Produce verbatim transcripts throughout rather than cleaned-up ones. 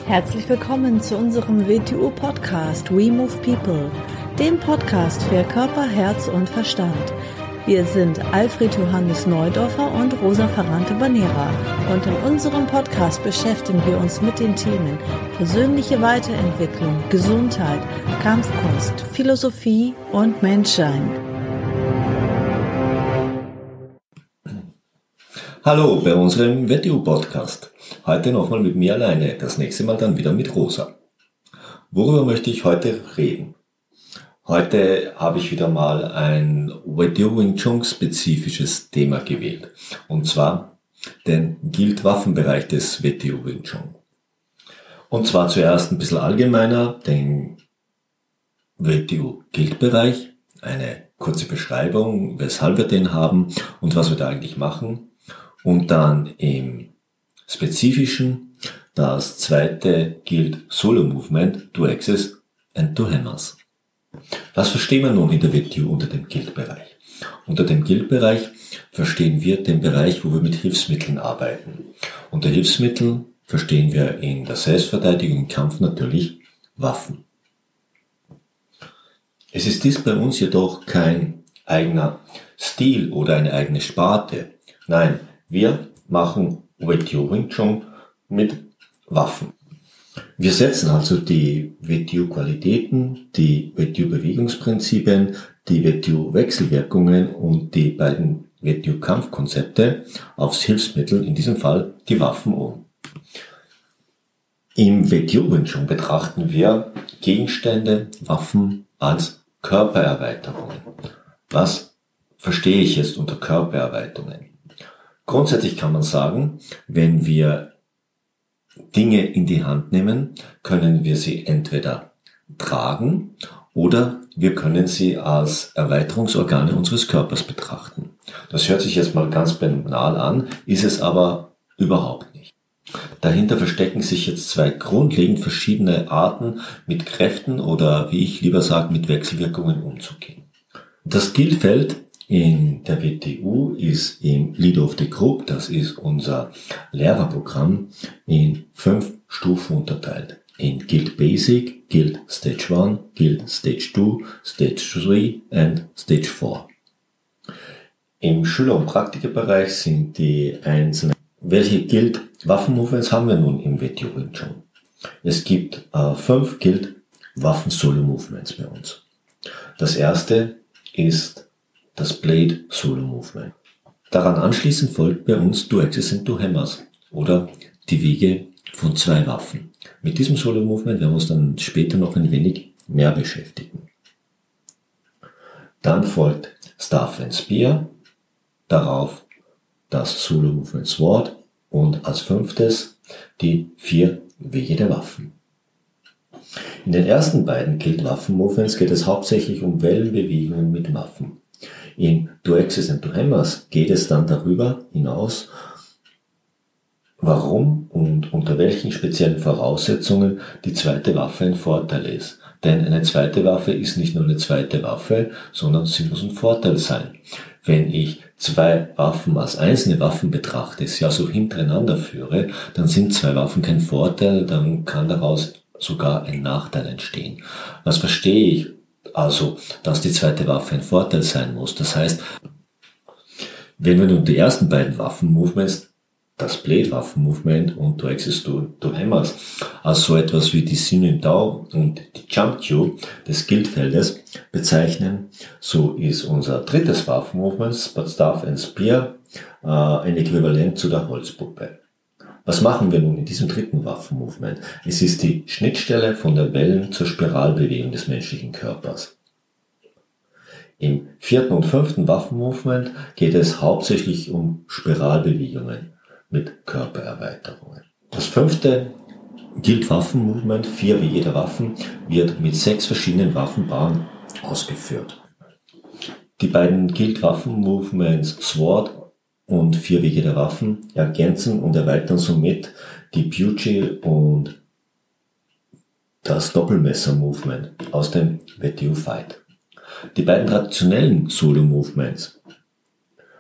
Herzlich willkommen zu unserem W T U-Podcast We Move People, dem Podcast für Körper, Herz und Verstand. Wir sind Alfred Johannes Neudorfer und Rosa Ferrante Banera und in unserem Podcast beschäftigen wir uns mit den Themen persönliche Weiterentwicklung, Gesundheit, Kampfkunst, Philosophie und Menschsein. Hallo bei unserem W T U-Podcast. Heute nochmal mit mir alleine, das nächste Mal dann wieder mit Rosa. Worüber möchte ich heute reden? Heute habe ich wieder mal ein W T U Wing Chun spezifisches Thema gewählt. Und zwar den Guild-Waffenbereich des W T U Wing Chun. Und zwar zuerst ein bisschen allgemeiner, den W T U Guild-Bereich, eine kurze Beschreibung, weshalb wir den haben und was wir da eigentlich machen. Und dann im Spezifischen das zweite Guild Solo Movement, Two Axes and Two Hammers. Was verstehen wir nun in der W T U unter dem Guild-Bereich? Unter dem Guild-Bereich verstehen wir den Bereich, wo wir mit Hilfsmitteln arbeiten. Unter Hilfsmitteln verstehen wir in der Selbstverteidigung im Kampf natürlich Waffen. Es ist dies bei uns jedoch kein eigener Stil oder eine eigene Sparte. Nein, wir machen W T U Wing Chun mit Waffen. Wir setzen also die W T U-Qualitäten, die W T U-Bewegungsprinzipien, die W T U-Wechselwirkungen und die beiden W T U-Kampfkonzepte aufs Hilfsmittel, in diesem Fall die Waffen, um. Im W T U Wing Chun betrachten wir Gegenstände, Waffen als Körpererweiterungen. Was verstehe ich jetzt unter Körpererweiterungen? Grundsätzlich kann man sagen, wenn wir Dinge in die Hand nehmen, können wir sie entweder tragen oder wir können sie als Erweiterungsorgane unseres Körpers betrachten. Das hört sich jetzt mal ganz banal an, ist es aber überhaupt nicht. Dahinter verstecken sich jetzt zwei grundlegend verschiedene Arten, mit Kräften oder, wie ich lieber sage, mit Wechselwirkungen umzugehen. Das Skillfeld in der W T U ist im Leader of the Group, das ist unser Lehrerprogramm, in fünf Stufen unterteilt. In Guild Basic, Guild Stage eins, Guild Stage zwei, Stage drei und Stage vier. Im Schüler- und Praktikerbereich sind die einzelnen. Welche Guild Waffen-Movements haben wir nun im W T U Wing Chun? Es gibt äh, fünf Guild Waffen-Solo-Movements bei uns. Das erste ist das Blade Solo Movement. Daran anschließend folgt bei uns Two Axes and Two Hammers oder die Wege von zwei Waffen. Mit diesem Solo Movement werden wir uns dann später noch ein wenig mehr beschäftigen. Dann folgt Staff and Spear, darauf das Solo Movement Sword und als fünftes die vier Wege der Waffen. In den ersten beiden Guild Waffen Movements geht es hauptsächlich um Wellenbewegungen mit Waffen. In Two Axes and Two Hammers geht es dann darüber hinaus, warum und unter welchen speziellen Voraussetzungen die zweite Waffe ein Vorteil ist. Denn eine zweite Waffe ist nicht nur eine zweite Waffe, sondern sie muss ein Vorteil sein. Wenn ich zwei Waffen als einzelne Waffen betrachte, es ja so hintereinander führe, dann sind zwei Waffen kein Vorteil, dann kann daraus sogar ein Nachteil entstehen. Was verstehe ich? Also, dass die zweite Waffe ein Vorteil sein muss. Das heißt, wenn wir nun die ersten beiden Waffen-Movements, das Blade-Waffen-Movement und Two Axes, Two Hammers, als so etwas wie die Sinuin Dao und die Jump Q des Guildfeldes bezeichnen, so ist unser drittes Waffen-Movement, Staff and Spear, äh, ein Äquivalent zu der Holzpuppe. Was machen wir nun in diesem dritten Waffen-Movement? Es ist die Schnittstelle von der Wellen- zur Spiralbewegung des menschlichen Körpers. Im vierten und fünften Waffen-Movement geht es hauptsächlich um Spiralbewegungen mit Körpererweiterungen. Das fünfte Guild-Waffen-Movement, vier Wege der Waffen, wird mit sechs verschiedenen Waffenpaaren ausgeführt. Die beiden Guild-Waffen-Movements Sword und vier Wege der Waffen ergänzen und erweitern somit die Pugi und das Doppelmesser-Movement aus dem W T U Fight. Die beiden traditionellen Solo-Movements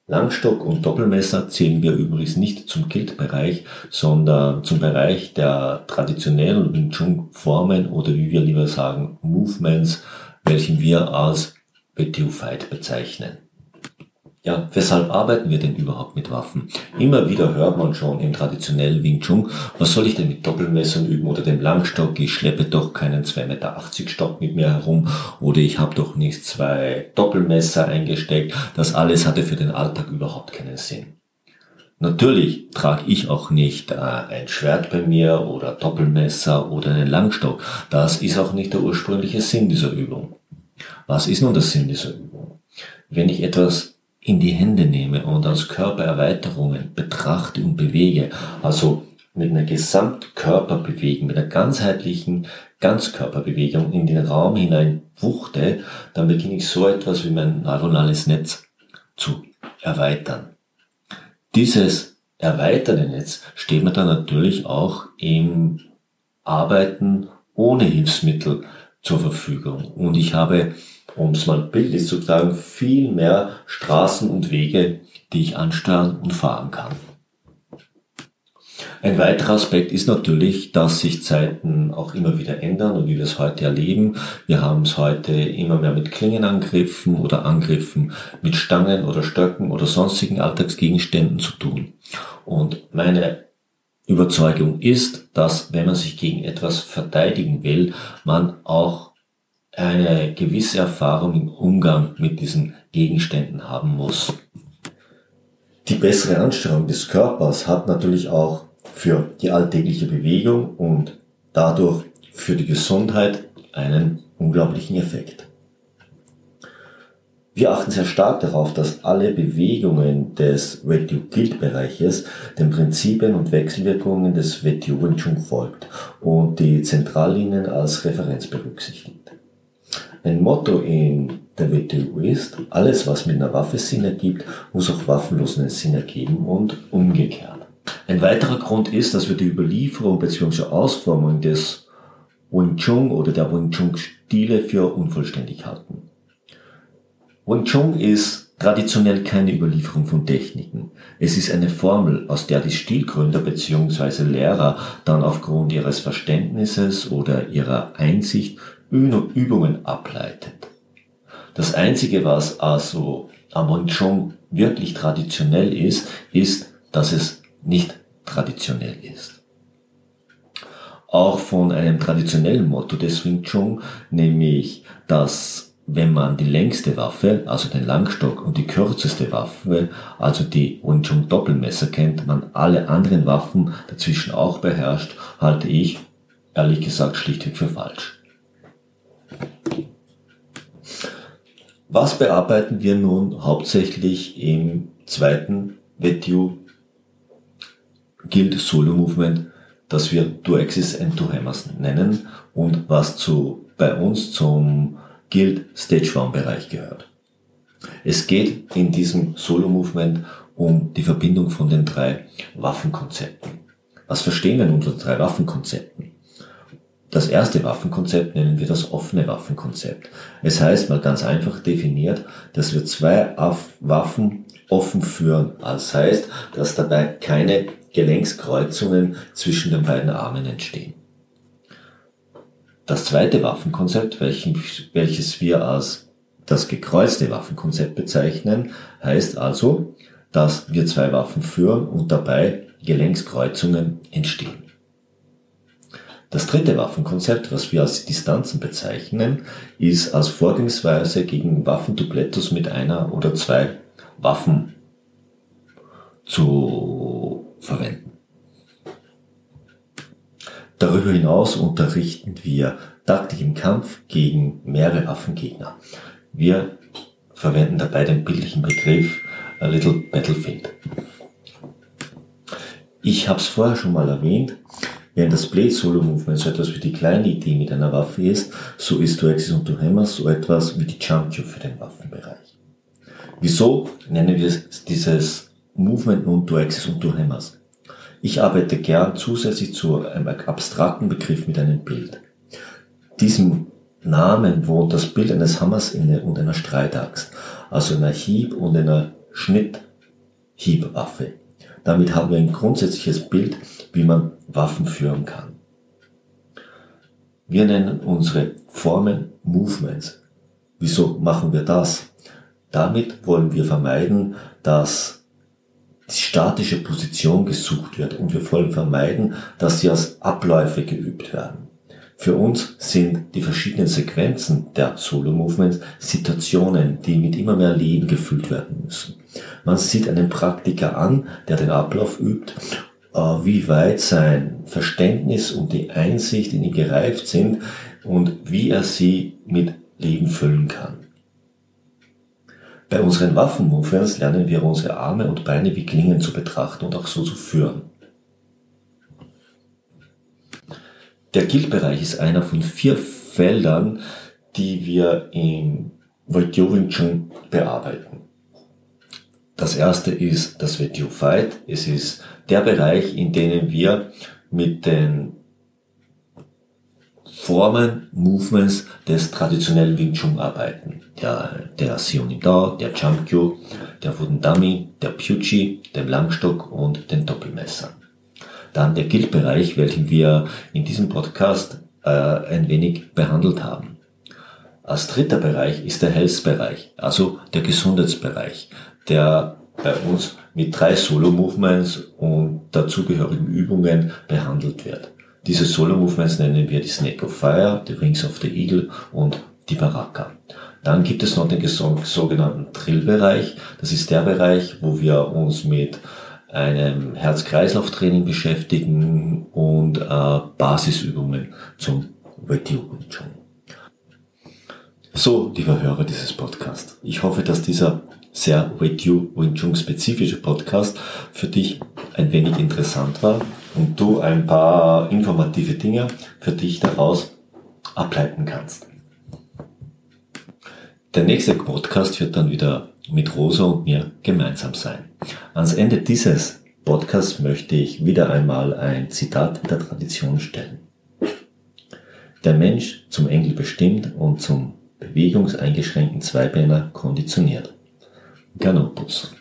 Langstock und Doppelmesser zählen wir übrigens nicht zum Guild-Bereich, sondern zum Bereich der traditionellen Wing Chun Formen oder wie wir lieber sagen Movements, welchen wir als W T U Fight bezeichnen. Ja, weshalb arbeiten wir denn überhaupt mit Waffen? Immer wieder hört man schon im traditionellen Wing Chun, was soll ich denn mit Doppelmessern üben oder dem Langstock? Ich schleppe doch keinen zwei Meter achtzig Stock mit mir herum oder ich habe doch nicht zwei Doppelmesser eingesteckt. Das alles hatte für den Alltag überhaupt keinen Sinn. Natürlich trage ich auch nicht äh, ein Schwert bei mir oder Doppelmesser oder einen Langstock. Das ist auch nicht der ursprüngliche Sinn dieser Übung. Was ist nun der Sinn dieser Übung? Wenn ich etwas in die Hände nehme und als Körpererweiterungen betrachte und bewege, also mit einer Gesamtkörperbewegung, mit einer ganzheitlichen Ganzkörperbewegung in den Raum hinein wuchte, dann beginne ich so etwas wie mein neuronales Netz zu erweitern. Dieses erweiterte Netz steht mir dann natürlich auch im Arbeiten ohne Hilfsmittel zur Verfügung und ich habe, um es mal bildlich zu sagen, viel mehr Straßen und Wege, die ich ansteuern und fahren kann. Ein weiterer Aspekt ist natürlich, dass sich Zeiten auch immer wieder ändern und wie wir es heute erleben. Wir haben es heute immer mehr mit Klingenangriffen oder Angriffen mit Stangen oder Stöcken oder sonstigen Alltagsgegenständen zu tun. Und meine Überzeugung ist, dass wenn man sich gegen etwas verteidigen will, man auch eine gewisse Erfahrung im Umgang mit diesen Gegenständen haben muss. Die bessere Ansteuerung des Körpers hat natürlich auch für die alltägliche Bewegung und dadurch für die Gesundheit einen unglaublichen Effekt. Wir achten sehr stark darauf, dass alle Bewegungen des W T U Guild-Bereiches den Prinzipien und Wechselwirkungen des W T U Wing Chun folgt und die Zentrallinien als Referenz berücksichtigt. Ein Motto in der W T U ist, alles was mit einer Waffe Sinn ergibt, muss auch waffenlos einen Sinn ergeben und umgekehrt. Ein weiterer Grund ist, dass wir die Überlieferung bzw. Ausformung des Wing Chun oder der Wing Chun Stile für unvollständig halten. Wing Chun ist traditionell keine Überlieferung von Techniken. Es ist eine Formel, aus der die Stilgründer bzw. Lehrer dann aufgrund ihres Verständnisses oder ihrer Einsicht Übungen ableitet. Das Einzige, was also am Wing Chun wirklich traditionell ist, ist, dass es nicht traditionell ist. Auch von einem traditionellen Motto des Wing Chun, nämlich, dass wenn man die längste Waffe, also den Langstock, und die kürzeste Waffe, also die Wing Chun Doppelmesser kennt, man alle anderen Waffen dazwischen auch beherrscht, halte ich, ehrlich gesagt, schlichtweg für falsch. Was bearbeiten wir nun hauptsächlich im zweiten W T U Guild Solo Movement, das wir Two Axes and Two Hammers nennen und was zu, bei uns zum Guild Stage One Bereich gehört. Es geht in diesem Solo Movement um die Verbindung von den drei Waffenkonzepten. Was verstehen wir nun unter drei Waffenkonzepten? Das erste Waffenkonzept nennen wir das offene Waffenkonzept. Es heißt mal ganz einfach definiert, dass wir zwei Waffen offen führen. Das heißt, dass dabei keine Gelenkskreuzungen zwischen den beiden Armen entstehen. Das zweite Waffenkonzept, welches wir als das gekreuzte Waffenkonzept bezeichnen, heißt also, dass wir zwei Waffen führen und dabei Gelenkskreuzungen entstehen. Das dritte Waffenkonzept, was wir als Distanzen bezeichnen, ist als Vorgehensweise gegen Waffenduplettos mit einer oder zwei Waffen zu verwenden. Darüber hinaus unterrichten wir Taktik im Kampf gegen mehrere Waffengegner. Wir verwenden dabei den bildlichen Begriff A Little Battlefield. Ich habe es vorher schon mal erwähnt, während das Blade Solo Movement so etwas wie die kleine Idee mit einer Waffe ist, so ist Two Axes und Two Hammers so etwas wie die Jump Cue für den Waffenbereich. Wieso nennen wir dieses Movement nun Two Axes und Two Hammers? Ich arbeite gern zusätzlich zu einem abstrakten Begriff mit einem Bild. Diesem Namen wohnt das Bild eines Hammers inne und einer Streitaxt, also einer Hieb- und einer Schnitt- Hiebwaffe. Damit haben wir ein grundsätzliches Bild, wie man Waffen führen kann. Wir nennen unsere Formen Movements. Wieso machen wir das? Damit wollen wir vermeiden, dass die statische Position gesucht wird und wir wollen vermeiden, dass sie als Abläufe geübt werden. Für uns sind die verschiedenen Sequenzen der Solo-Movements Situationen, die mit immer mehr Leben gefüllt werden müssen. Man sieht einen Praktiker an, der den Ablauf übt, wie weit sein Verständnis und die Einsicht in ihn gereift sind und wie er sie mit Leben füllen kann. Bei unseren Waffen-Movements lernen wir unsere Arme und Beine wie Klingen zu betrachten und auch so zu führen. Der Guild-Bereich ist einer von vier Feldern, die wir im W T O Wing Chun bearbeiten. Das erste ist das W T O Fight. Es ist der Bereich, in dem wir mit den Formen, Movements des traditionellen Wing Chun arbeiten. Der, der Seonim Da, der Jump Kyo, der Wooden Dummy, der Pyuchi, dem Langstock und den Doppelmesser. Dann der Guild-Bereich, welchen wir in diesem Podcast äh, ein wenig behandelt haben. Als dritter Bereich ist der Health-Bereich, also der Gesundheitsbereich, der bei uns mit drei Solo-Movements und dazugehörigen Übungen behandelt wird. Diese Solo-Movements nennen wir die Snake of Fire, die Wings of the Eagle und die Baraka. Dann gibt es noch den sogenannten Drill-Bereich. Das ist der Bereich, wo wir uns mit einem Herz-Kreislauf-Training beschäftigen und äh, Basisübungen zum W T O Wing Chun. So, lieber Hörer dieses Podcasts, ich hoffe, dass dieser sehr W T O Wing Chun spezifische Podcast für dich ein wenig interessant war und du ein paar informative Dinge für dich daraus ableiten kannst. Der nächste Podcast wird dann wieder mit Rosa und mir gemeinsam sein. Ans Ende dieses Podcasts möchte ich wieder einmal ein Zitat der Tradition stellen. Der Mensch zum Engel bestimmt und zum bewegungseingeschränkten Zweibeiner konditioniert. Canopus.